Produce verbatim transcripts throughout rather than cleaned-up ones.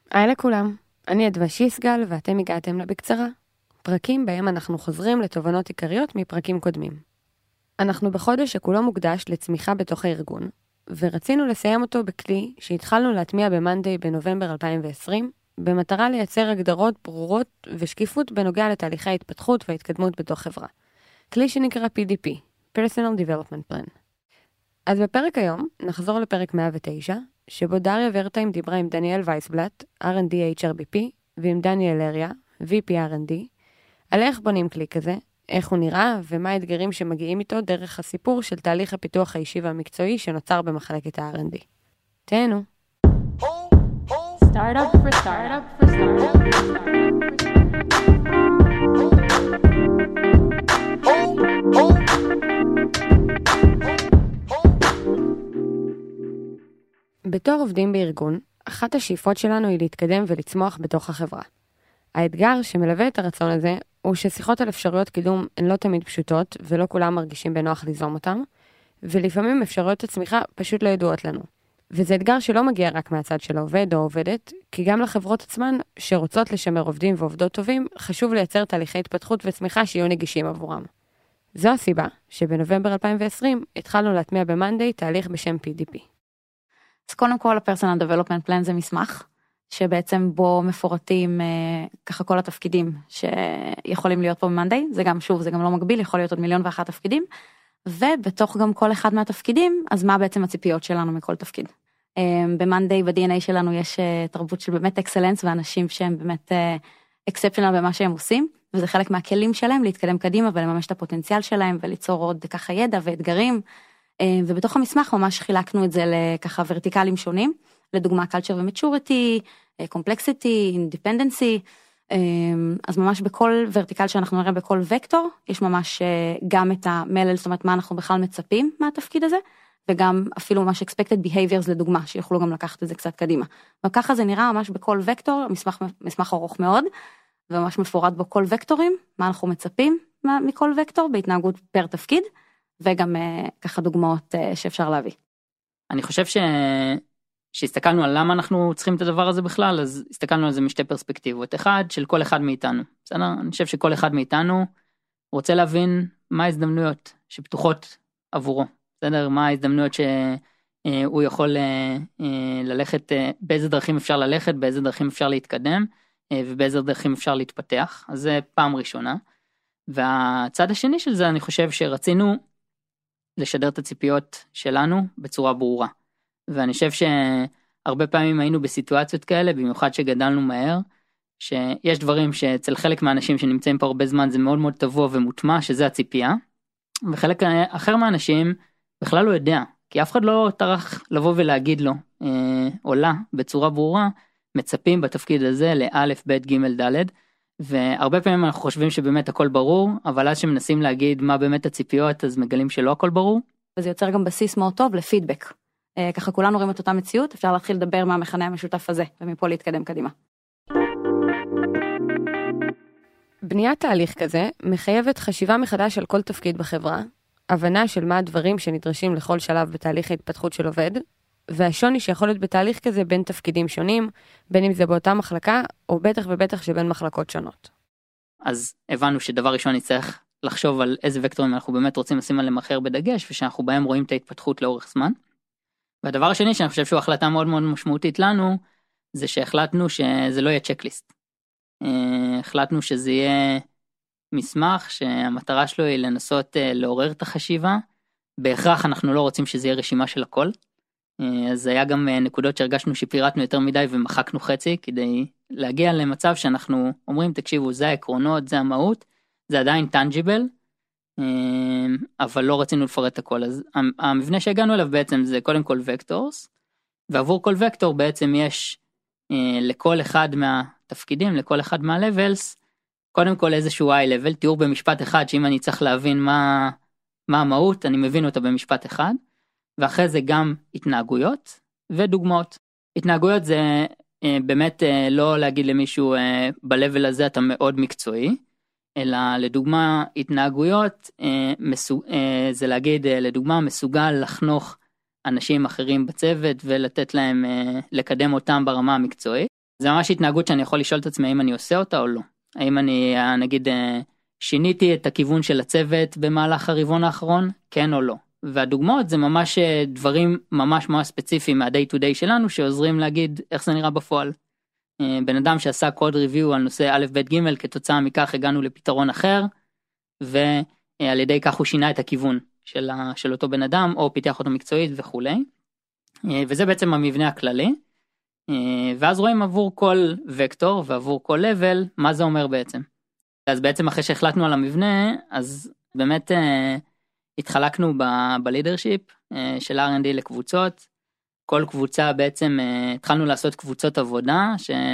היי לכולם, אני אדווה שיסגל ואתם הגעתם לבקצרה. פרקים בהם אנחנו חוזרים לתובנות עיקריות מפרקים קודמים. אנחנו בחודש שכולו מוקדש לצמיחה בתוך הארגון, ורצינו לסיים אותו בכלי שהתחלנו להטמיע במנדי בנובמבר אלפיים ועשרים, במטרה לייצר הגדרות ברורות ושקיפות בנוגע לתהליכי ההתפתחות וההתקדמות בתוך חברה. כלי שנקרא פי די פי, Personal Development Plan. אז בפרק היום נחזור לפרק מאה ותשע, שבו דריה ורטיים דיברה עם דניאל וייסבלט, אר אנד די אייץ' אר בי פי, ועם דניאל אריה, וי פי אר אנד די, על איך בונים כלי כזה, איך הוא נראה, ומה האתגרים שמגיעים איתו דרך הסיפור של תהליך הפיתוח האישי והמקצועי שנוצר במחלקת ה-אר אנד די. תהנו. Startup for startup for startup. בתור עובדים בארגון, אחת השאיפות שלנו היא להתקדם ולצמוח בתוך החברה. האתגר שמלווה את הרצון הזה הוא ששיחות על אפשרויות קידום הן לא תמיד פשוטות ולא כולם מרגישים בנוח ליזום אותם, ולפעמים אפשרויות הצמיחה פשוט לא ידועות לנו. וזה אתגר שלא מגיע רק מהצד של העובד או עובדת, כי גם לחברות עצמן שרוצות לשמר עובדים ועובדות טובים, חשוב לייצר תהליכי התפתחות וצמיחה שיהיו נגישים עבורם. זו הסיבה שבנובמבר אלפיים ועשרים התחלנו להטמיע במנדי תהליך בשם פי די פי. אז קודם כל, ה-Personal Development Plan זה מסמך, שבעצם בו מפורטים ככה כל התפקידים שיכולים להיות פה במנדי, זה גם, שוב, זה גם לא מגביל, יכול להיות עוד מיליון ואחת תפקידים, ובתוך גם כל אחד מהתפקידים, אז מה בעצם הציפיות שלנו מכל תפקיד. במנדי, ב-די אן איי שלנו יש תרבות של באמת אקסלנס, ואנשים שהם באמת אקספשנל במה שהם עושים, וזה חלק מהכלים שלהם להתקדם קדימה ולממש את הפוטנציאל שלהם, וליצור עוד ככה ידע ואתגרים, ובתוך המסמך ממש חילקנו את זה לככה ורטיקלים שונים, לדוגמה culture ו-maturity, complexity, independency, אז ממש בכל ורטיקל שאנחנו נראה בכל וקטור, יש ממש גם את המלל, זאת אומרת מה אנחנו בכלל מצפים מהתפקיד הזה, וגם אפילו ממש expected behaviors לדוגמה, שיוכלו גם לקחת את זה קצת קדימה. וככה זה נראה ממש בכל וקטור, מסמך, מסמך ארוך מאוד, וממש מפורט בו כל וקטורים, מה אנחנו מצפים מכל וקטור, בהתנהגות פר תפקיד, וגם ככה דוגמאות שאפשר להביא. אני חושב ש... שהסתכלנו על למה אנחנו צריכים את הדבר הזה בכלל, אז הסתכלנו על זה משתי פרספקטיבות. אחד, של כל אחד מאיתנו. בסדר? אני חושב שכל אחד מאיתנו רוצה להבין מה ההזדמנויות שפתוחות עבורו. בסדר? מה ההזדמנויות שהוא יכול ללכת, באיזה דרכים אפשר ללכת, באיזה דרכים אפשר להתקדם, ובאיזה דרכים אפשר להתפתח. אז זה פעם ראשונה. והצד השני של זה, אני חושב שרצינו לשדר את הציפיות שלנו בצורה ברורה. ואני חושב שהרבה פעמים היינו בסיטואציות כאלה, במיוחד שגדלנו מהר, שיש דברים שאצל חלק מהאנשים שנמצאים פה הרבה זמן, זה מאוד מאוד טבוע ומוטמע, שזה הציפייה, וחלק אחר מהאנשים בכלל לא יודע, כי אף אחד לא טרח לבוא ולהגיד לו, או לה, בצורה ברורה, מצפים בתפקיד הזה לאלף, בית, ג', ד', והרבה פעמים אנחנו חושבים שבאמת הכל ברור, אבל אז שמנסים להגיד מה באמת הציפיות, אז מגלים שלא הכל ברור. וזה יוצר גם בסיס מאוד טוב לפידבק. ככה כולנו רואים את אותה מציאות, אפשר להתחיל לדבר מהמכנה המשותף הזה, ומפה להתקדם קדימה. בניית תהליך כזה מחייבת חשיבה מחדש על כל תפקיד בחברה, הבנה של מה הדברים שנדרשים לכל שלב בתהליך ההתפתחות של עובד, והשוני שיכול להיות בתהליך כזה בין תפקידים שונים, בין אם זה באותה מחלקה, או בטח ובטח שבין מחלקות שונות. אז הבנו שדבר ראשון נצטרך לחשוב על איזה וקטורים אנחנו באמת רוצים לשים עליהם אחר בדגש, ושאנחנו בהם רואים את ההתפתחות לאורך זמן. והדבר השני שאני חושב שהוא החלטה מאוד מאוד משמעותית לנו, זה שהחלטנו שזה לא יהיה צ'קליסט. החלטנו שזה יהיה מסמך שהמטרה שלו היא לנסות לעורר את החשיבה, בהכרח אנחנו לא רוצים שזה יהיה רשימה של הכל, אז היה גם נקודות שהרגשנו שפירטנו יותר מדי ומחקנו חצי, כדי להגיע למצב שאנחנו אומרים, תקשיבו, זה העקרונות, זה המהות, זה עדיין טנג'יבל, אבל לא רצינו לפרט הכל. אז המבנה שהגענו אליו בעצם זה קודם כל וקטורס, ועבור כל וקטור בעצם יש לכל אחד מהתפקידים, לכל אחד מהלבלס, קודם כל איזשהו high level, תיאור במשפט אחד, שאם אני צריך להבין מה, מה המהות, אני מבין אותה במשפט אחד, ואחרי זה גם התנהגויות ודוגמאות. התנהגויות זה באמת לא להגיד למישהו בלבל הזה אתה מאוד מקצועי, אלא לדוגמה התנהגויות זה להגיד לדוגמה מסוגל לחנוך אנשים אחרים בצוות ולתת להם לקדם אותם ברמה המקצועית. זה ממש התנהגות שאני יכול לשאול את עצמי האם אני עושה אותה או לא. האם אני נגיד שיניתי את הכיוון של הצוות במהלך הרבעון האחרון, כן או לא. והדוגמאות זה ממש דברים ממש ממש ספציפיים מה-day to day שלנו שעוזרים להגיד איך זה נראה בפועל. בן אדם שעשה קוד ריוויו על נושא א' ב' ג' כתוצאה מכך הגענו לפתרון אחר, ועל ידי כך הוא שינה את הכיוון של, ה, של אותו בן אדם או פיתח אותו מקצועית וכו'. וזה בעצם המבנה הכללי. ואז רואים עבור כל וקטור ועבור כל level מה זה אומר בעצם. אז בעצם אחרי שהחלטנו על המבנה אז באמת התחלקנו בלידרשיפ של אר אנד די לקבוצות. כל קבוצה בעצם התחלנו לעשות קבוצות עבודה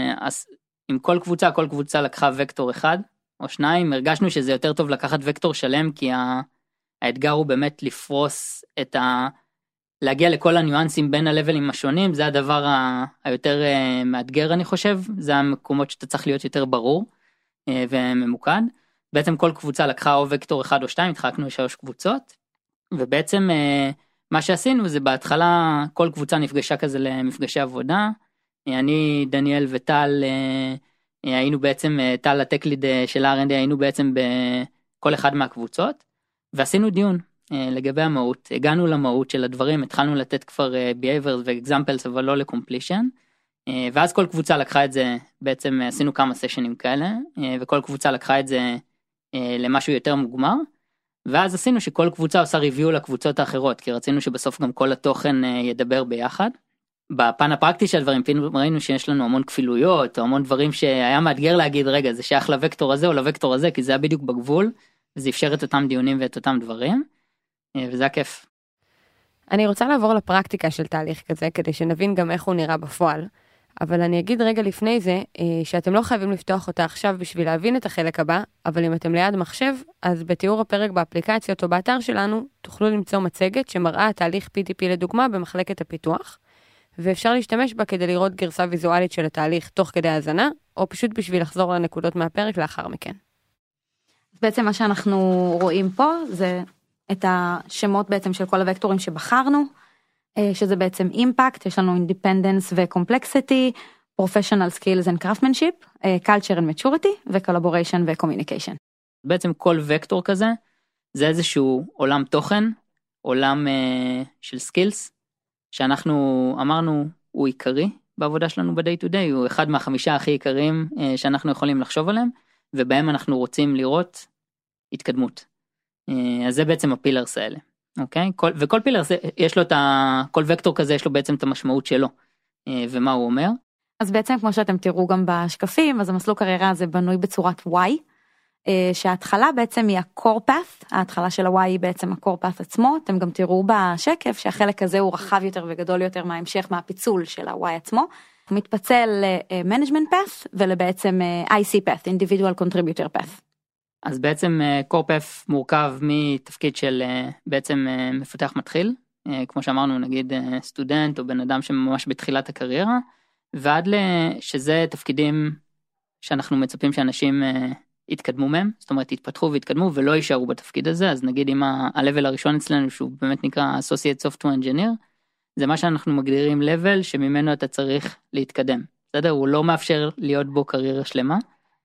שעם כל קבוצה כל קבוצה לקחה וקטור אחד או שניים. הרגשנו שזה יותר טוב לקחת וקטור שלם כי האתגר הוא באמת לפרוס את ה... להגיע לכל הניואנסים בין הלבלים השונים, זה הדבר היותר מאתגר אני חושב, זה המקומות שאתה צריך להיות יותר ברור וממוקד. בעצם כל קבוצה לקחה או וקטור אחד או שתיים, התחלקנו לשלוש קבוצות, ובעצם מה שעשינו זה בהתחלה כל קבוצה נפגשה כזה למפגשי עבודה, אני, דניאל וטל, היינו בעצם, טל הטקליד של אר אנד די, היינו בעצם בכל אחד מהקבוצות, ועשינו דיון. לגבי המהות, הגענו למהות של הדברים, התחלנו לתת כבר behaviors ו-examples אבל לא ל-completion, ואז כל קבוצה לקחה את זה, בעצם עשינו כמה סשנים כאלה, וכל קבוצה לקחה את זה למשהו יותר מוגמר, ואז עשינו שכל קבוצה עושה ריוויו לקבוצות האחרות, כי רצינו שבסוף גם כל התוכן ידבר ביחד. בפן הפרקטי של הדברים, ראינו שיש לנו המון כפילויות, או המון דברים שהיה מאתגר להגיד, רגע, זה שייך לווקטור הזה או לווקטור הזה, כי זה היה בדיוק בגבול, וזה אפשר את אותם דיונים ואת אותם דברים. וזה הכיף. אני רוצה לעבור לפרקטיקה של תהליך כזה, כדי שנבין גם איך הוא נראה בפועל, אבל אני אגיד רגע לפני זה, שאתם לא חייבים לפתוח אותה עכשיו בשביל להבין את החלק הבא, אבל אם אתם ליד מחשב, אז בתיאור הפרק באפליקציות או באתר שלנו, תוכלו למצוא מצגת שמראה תהליך פי די פי לדוגמה במחלקת הפיתוח, ואפשר להשתמש בה כדי לראות גרסה ויזואלית של התהליך תוך כדי האזנה, או פשוט בשביל לחזור לנקודות מהפרק לאחר מכן. בעצם מה שאנחנו רואים פה זה את השמות בעצם של כל הוקטורים שבחרנו, שזה בעצם אימפקט, יש לנו אינדיפנדנס וקומפלקסיטי, פרופשיונל סקילס אנד קראפטמנשיפ, קלצ'ר אנד מצ'וריטי, וקולבוריישן וקומיוניקיישן. בעצם כל וקטור כזה, זה איזשהו עולם תוכן, עולם uh, של סקילס, שאנחנו אמרנו הוא עיקרי בעבודה שלנו ב-day to day, הוא אחד מהחמישה הכי עיקריים uh, שאנחנו יכולים לחשוב עליהם, ובהם אנחנו רוצים לראות התקדמות. אז זה בעצם הפילרס האלה, אוקיי? כל, וכל פילרס יש לו את ה... כל וקטור כזה יש לו בעצם את המשמעות שלו, ומה הוא אומר. אז בעצם כמו שאתם תראו גם בשקפים, אז המסלול קריירה הזה בנוי בצורת Y, שההתחלה בעצם היא ה-core path, ההתחלה של ה-Y היא בעצם ה-core path עצמו, אתם גם תראו בשקף שהחלק הזה הוא רחב יותר וגדול יותר מההמשך, מהפיצול של ה-Y עצמו, הוא מתפצל ל-management path ולבעצם איי סי path, individual contributor path. אז בעצם קורפף מורכב מתפקיד של בעצם מפתח מתחיל, כמו שאמרנו נגיד סטודנט או בן אדם שממש בתחילת הקריירה, ועד שזה תפקידים שאנחנו מצפים שאנשים יתקדמו מהם, זאת אומרת יתפתחו ויתקדמו ולא יישארו בתפקיד הזה, אז נגיד אם ה-level הראשון אצלנו שהוא באמת נקרא Associate Software Engineer, זה מה שאנחנו מגדירים level שממנו אתה צריך להתקדם, בסדר? הוא לא מאפשר להיות בו קריירה שלמה,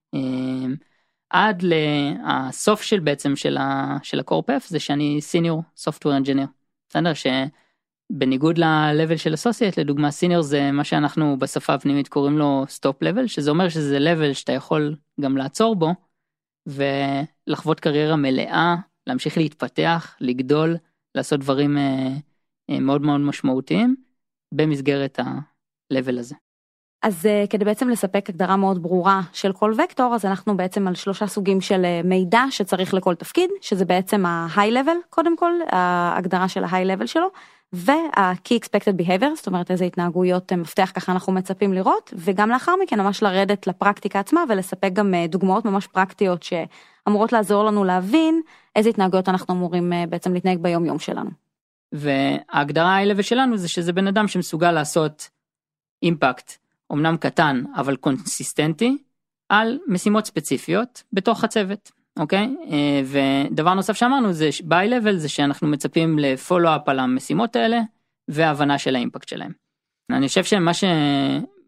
עד לסוף של בעצם של ה של הקורפף זה שאני סיניור סופטוור אנג'יניר, בסדר? שבניגוד ל-level של אסוסייט לדוגמה סיניור זה מה שאנחנו בשפה הפנימית קוראים לו סטופ level, שזה אומר שזה level שאתה יכול גם לעצור בו ולחוות קריירה מלאה, להמשיך להתפתח, לגדול, לעשות דברים מאוד מאוד משמעותיים במסגרת ה-level הזה. אז uh, כדי בעצם לספק הגדרה מאוד ברורה של כל וקטור, אז אנחנו בעצם על שלושה סוגים של uh, מידע שצריך לכל תפקיד, שזה בעצם ה-high level, קודם כל, ההגדרה של ה-high level שלו, וה-key expected behavior, זאת אומרת איזה התנהגויות uh, מפתח ככה אנחנו מצפים לראות, וגם לאחר מכן ממש לרדת לפרקטיקה עצמה, ולספק גם uh, דוגמאות ממש פרקטיות שאמורות לעזור לנו להבין איזה התנהגויות אנחנו אמורים uh, בעצם להתנהג ביום יום שלנו. וההגדרה ה-high level שלנו זה שזה בן אדם שמסוגל לעשות אימפקט, אמנם קטן, אבל קונסיסטנטי, על משימות ספציפיות בתוך הצוות, אוקיי? ודבר נוסף שאמרנו זה, ב-high level זה שאנחנו מצפים לפולו-אפ על המשימות האלה, וההבנה של האימפקט שלהם. אני חושב שמה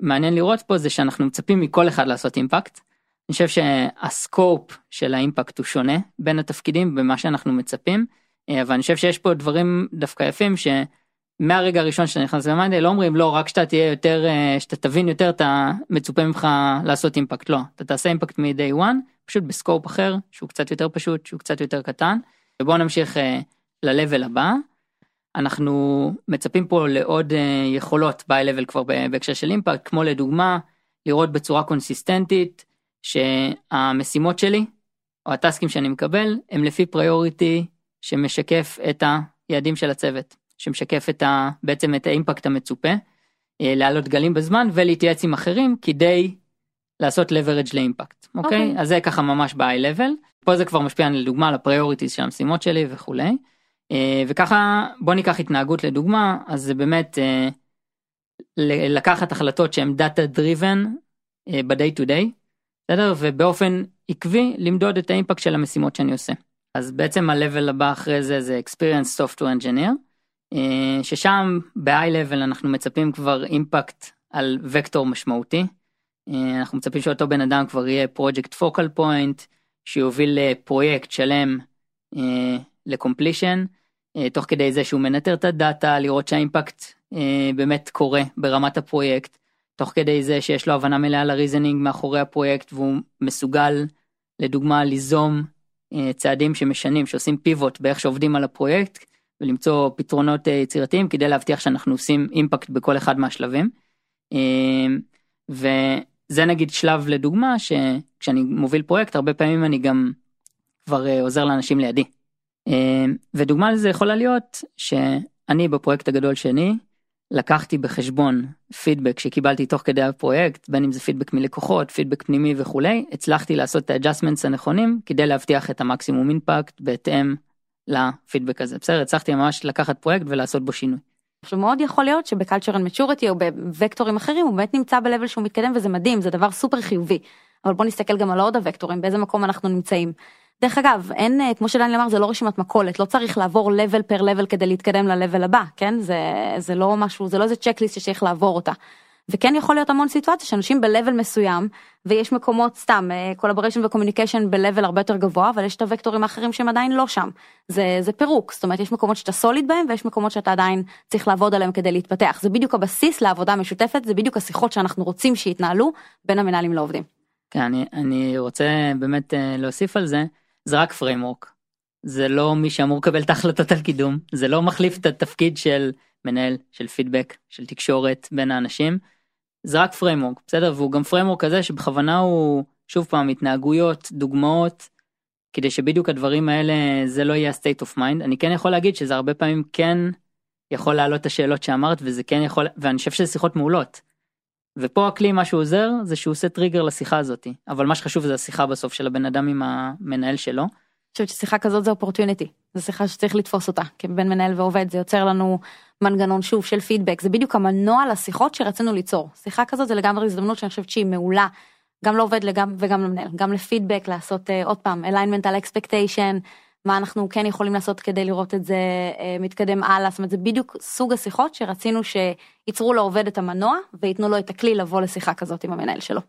מעניין לראות פה זה שאנחנו מצפים מכל אחד לעשות אימפקט. אני חושב שהסקופ של האימפקט הוא שונה בין התפקידים במה שאנחנו מצפים, אבל אני חושב שיש פה דברים דווקא יפים שמהרגע הראשון שאתה נכנס למאנדיי לא אומרים לא, רק שאתה תהיה יותר, שאתה תבין יותר, אתה מצופה ממך לעשות אימפקט, לא, אתה תעשה אימפקט מ-day one, פשוט בסקופ אחר, שהוא קצת יותר פשוט, שהוא קצת יותר קטן, ובואו נמשיך ל-level הבא. אנחנו מצפים פה לעוד יכולות ב-level כבר בהקשר של אימפקט, כמו לדוגמה, לראות בצורה קונסיסטנטית, שהמשימות שלי, או הטסקים שאני מקבל, הם לפי פריוריטי שמשקף את היעדים של הצוות, שמשקף את ה, בעצם את האימפקט המצופה, לעלות גלים בזמן ולהתייעץ עם אחרים, כדי לעשות leverage לאימפקט, אוקיי? אז זה ככה ממש ב-high level, פה זה כבר משפיע לדוגמה על הפריוריטיז של המשימות שלי וכולי, וככה בוא ניקח התנהגות לדוגמה, אז זה באמת לקחת החלטות שהן data driven ב-day to day, בסדר? ובאופן עקבי למדוד את האימפקט של המשימות שאני עושה. אז בעצם ה-level הבא אחרי זה זה Experience Software Engineer, ששם ב-high level אנחנו מצפים כבר אימפקט על וקטור משמעותי, אנחנו מצפים שאותו בן אדם כבר יהיה Project Focal Point, שיוביל לפרויקט שלם ל-completion, תוך כדי זה שהוא מנטר את הדאטה, לראות שהאימפקט באמת קורה ברמת הפרויקט, תוך כדי זה שיש לו הבנה מלאה לריזנינג מאחורי הפרויקט, והוא מסוגל, לדוגמה, ליזום צעדים שמשנים, שעושים פיבוט באיך שעובדים על הפרויקט, ולמצוא פתרונות יצירתיים, כדי להבטיח שאנחנו עושים אימפקט בכל אחד מהשלבים. וזה נגיד שלב לדוגמה, שכשאני מוביל פרויקט, הרבה פעמים אני גם כבר עוזר לאנשים לידי. ודוגמה לזה יכולה להיות, שאני בפרויקט הגדול שני, לקחתי בחשבון פידבק שקיבלתי תוך כדי הפרויקט, בין אם זה פידבק מלקוחות, פידבק פנימי וכולי, הצלחתי לעשות את האדג'סטמנטס הנכונים, כדי להבטיח את המקסימום אימפקט בהתאם לפידבק הזה. בסדר, הצלחתי ממש לקחת פרויקט ולעשות בו שינוי. עכשיו מאוד יכול להיות שבקלצ'ר אנד מצ'וריטי או בווקטורים אחרים, הוא באמת נמצא בלבל שהוא מתקדם וזה מדהים, זה דבר סופר חיובי. אבל בוא נסתכל גם על עוד הווקטורים, באיזה מקום אנחנו נמצאים. דרך אגב, אין, כמו שדני אמר, זה לא רשימת מכולת, לא צריך לעבור level per level כדי להתקדם ל-level הבא, כן? זה, זה לא משהו, זה לא איזה צ'קליסט שצריך לעבור אותה. וכן יכול להיות המון סיטואציה שאנשים ב-level מסוים, ויש מקומות סתם, collaboration ו-communication ב-level הרבה יותר גבוה, אבל יש את הוקטורים האחרים שהם עדיין לא שם. זה, זה פירוק, זאת אומרת, יש מקומות שאתה סוליד בהם, ויש מקומות שאתה עדיין צריך לעבוד עליהם כדי להתפתח. זה בדיוק הבסיס לעבודה משותפת, זה בדיוק השיחות שאנחנו רוצים שיתנהלו בין המנהלים לעובדים. כן, אני, אני רוצה באמת להוסיף על זה. זה רק פריימורק, זה לא מי שאמור לקבל את ההחלטות על קידום, זה לא מחליף את התפקיד של מנהל, של פידבק, של תקשורת בין האנשים, זה רק פריימורק, בסדר? והוא גם פריימורק כזה שבכוונה הוא, שוב פעם, התנהגויות, דוגמאות, כדי שבדיוק הדברים האלה זה לא יהיה state of mind. אני כן יכול להגיד שזה הרבה פעמים כן יכול לעלות את השאלות שאמרת, וזה כן יכול, ואני חושב שזה שיחות מעולות. ופה הכלי מה שהוא עוזר זה שהוא עושה טריגר לשיחה הזאת, אבל מה שחשוב זה השיחה בסוף של הבן אדם עם המנהל שלו. אני חושבת ששיחה כזאת זה אופורטיוניטי, זה שיחה שצריך לתפוס אותה, כי בין מנהל ועובד זה יוצר לנו מנגנון שוב של פידבק, זה בדיוק המנוע לשיחות שרצינו ליצור. שיחה כזאת זה לגמרי הזדמנות שאני חושבת שהיא מעולה, גם לעובד וגם למנהל, גם לפידבק, לעשות עוד פעם alignment על expectation, מה אנחנו כן יכולים לעשות כדי לראות את זה מתקדם הלאה, זאת אומרת זה בדיוק סוג השיחות שרצינו שיצרו לעובד את המנוע ויתנו לו את הכלי לבוא לשיחה כזאת עם המנהל שלו.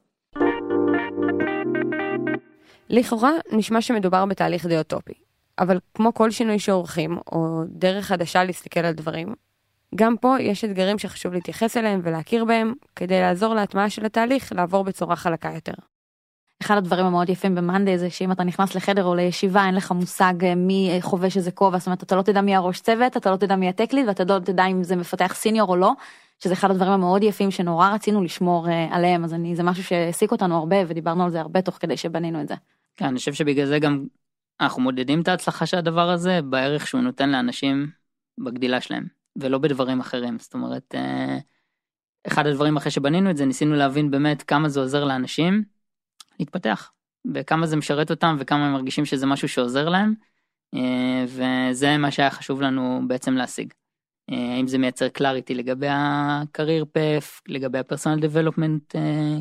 לכאורה נשמע שמדובר בתהליך די אוטופי, אבל כמו כל שינוי שעורכים או דרך חדשה להסתכל על דברים, גם פה יש אתגרים שחשוב להתייחס אליהם ולהכיר בהם כדי לעזור להטמעה של התהליך לעבור בצורה חלקה יותר. אחד הדברים המאוד יפים במאנדיי זה שאם אתה נכנס לחדר או לישיבה אין לך מושג מי חובש איזה כובע, זאת אומרת אתה לא תדע מי הראש צוות, אתה לא תדע מי הטקליד ואתה לא תדע אם זה מפתח סיניור או לא, שזה אחד הדברים המאוד יפים שנורא רצינו לשמור עליהם, אז אני, זה משהו שהעסיק אותנו הרבה ודיברנו על זה הרבה תוך כדי שבנינו את זה. כן, אני חושב שבגלל זה גם אנחנו מודדים את ההצלחה של הדבר הזה בערך שהוא נותן לאנשים בגדילה שלהם ולא בדברים אחרים, זאת אומרת אחד הדברים אחרי שבנינו את זה ניסינו להבין באמת כמה זה עוזר לאנשים להתפתח, וכמה זה משרת אותם, וכמה הם מרגישים שזה משהו שעוזר להם, וזה מה שהיה חשוב לנו בעצם להשיג. האם זה מייצר קלאריטי לגבי ה-career path, לגבי ה-personal development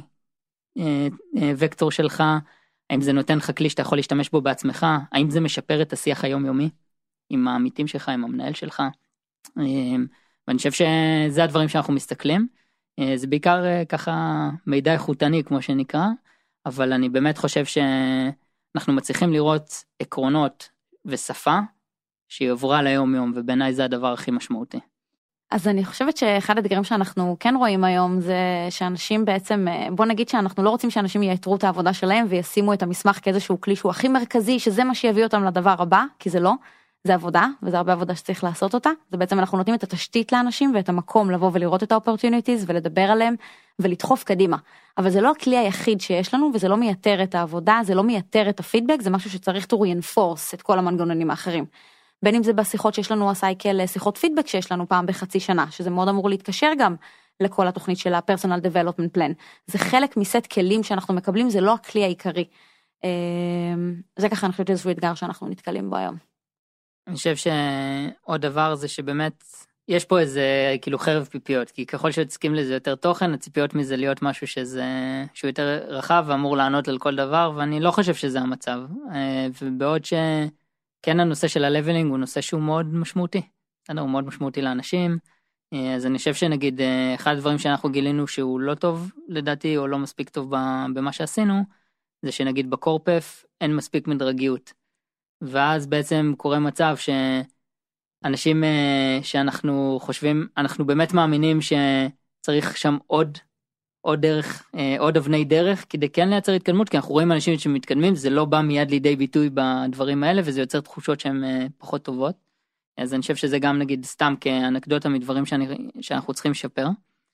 וקטור שלך, האם זה נותן לך כלי שאתה יכול להשתמש בו בעצמך, האם זה משפר את השיח היומיומי, עם העמיתים שלך, עם המנהל שלך, ואני חושב שזה הדברים שאנחנו מסתכלים, זה בעיקר ככה מידע איכותני כמו שנקרא, אבל אני באמת חושב שאנחנו מצליחים לראות עקרונות ושפה שהיא עברה ליום יום, ובעיניי זה הדבר הכי משמעותי. אז אני חושבת שאחד הדגרים שאנחנו כן רואים היום זה שאנשים בעצם, בוא נגיד שאנחנו לא רוצים שאנשים יתרו את העבודה שלהם וישימו את המסמך כאיזשהו כלי שהוא הכי מרכזי, שזה מה שיביא אותם לדבר הבא, כי זה לא, זה עבודה, וזה הרבה עבודה שצריך לעשות אותה. זה בעצם אנחנו נותנים את התשתית לאנשים ואת המקום לבוא ולראות את ה-opportunities ולדבר עליהם ולדחוף קדימה. אבל זה לא הכלי היחיד שיש לנו, וזה לא מייתר את העבודה, זה לא מייתר את הפידבק, זה משהו שצריך to reinforce את כל המנגנונים האחרים. בין אם זה בשיחות שיש לנו הסייקל, שיחות פידבק שיש לנו פעם בחצי שנה, שזה מאוד אמור להתקשר גם לכל התוכנית של ה-Personal Development Plan. זה חלק מסט כלים שאנחנו מקבלים, זה לא הכלי העיקרי. זה ככה אני חושבת איזשהו אתגר שאנחנו נתקלים בו היום. אני חושב שעוד דבר זה שבאמת יש פה איזה כאילו חרב פיפיות, כי ככל שתסכים לזה יותר תוכן, הציפיות מזה להיות משהו שזה, שהוא יותר רחב ואמור לענות על כל דבר, ואני לא חושב שזה המצב. ובעוד ש... כן, הנושא של הלבלינג הוא נושא שהוא מאוד משמעותי, הוא מאוד משמעותי לאנשים, אז אני חושב שנגיד, אחד הדברים שאנחנו גילינו שהוא לא טוב לדעתי, או לא מספיק טוב במה שעשינו, זה שנגיד בקורפף אין מספיק מדרגיות, ואז בעצם קורה מצב שאנשים שאנחנו חושבים, אנחנו באמת מאמינים שצריך שם עוד, עוד דרך, עוד אבני דרך, כדי כן לייצר התקדמות, כי אנחנו רואים אנשים שמתקדמים, זה לא בא מיד לידי ביטוי בדברים האלה, וזה יוצר תחושות שהן פחות טובות. אז אני חושב שזה גם נגיד סתם כאנקדוטה מדברים שאני, שאנחנו צריכים לשפר.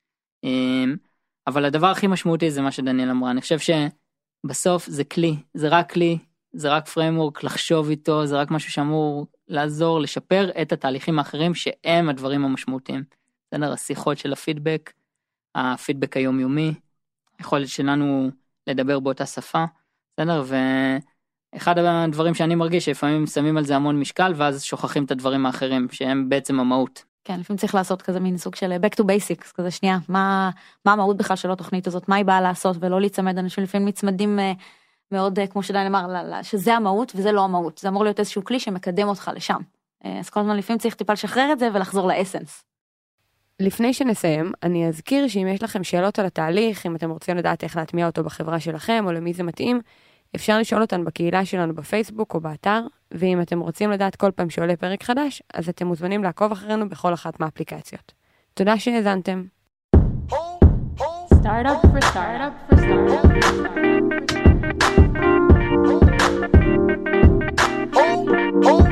אבל הדבר הכי משמעותי זה מה שדניאל אמרה, אני חושב שבסוף זה כלי, זה רק כלי, זה רק פריימוורק לחשוב איתו, זה רק משהו שאמור לעזור, לשפר את התהליכים האחרים שהם הדברים המשמעותיים. בסדר, השיחות של הפידבק, הפידבק היומיומי, היכולת שלנו לדבר באותה שפה, בסדר? ואחד הדברים שאני מרגיש שלפעמים שמים על זה המון משקל, ואז שוכחים את הדברים האחרים, שהם בעצם המהות. כן, לפעמים צריך לעשות כזה מין סוג של back to basics, כזה שנייה, מה, מה המהות בכלל של התוכנית הזאת, מה היא באה לעשות, ולא להצמד, אנשים לפעמים מצמדים מאוד, כמו שדני אמר, שזה המהות וזה לא המהות, זה אמור להיות איזשהו כלי שמקדם אותך לשם. אז כל הזמן לפעמים צריך טיפה לשחרר את זה ולחזור לאסנס. לפני שנסיים, אני אזכיר שאם יש לכם שאלות על התהליך, אם אתם רוצים לדעת איך להטמיע אותו בחברה שלכם, או למי זה מתאים, אפשר לשאול אותן בקהילה שלנו בפייסבוק או באתר, ואם אתם רוצים לדעת כל פעם שעולה פרק חדש, אז אתם מוזמנים לעקוב אחרינו בכל אחת מהאפליקציות. תודה שהאזנתם. Startup for startup for startup for startup.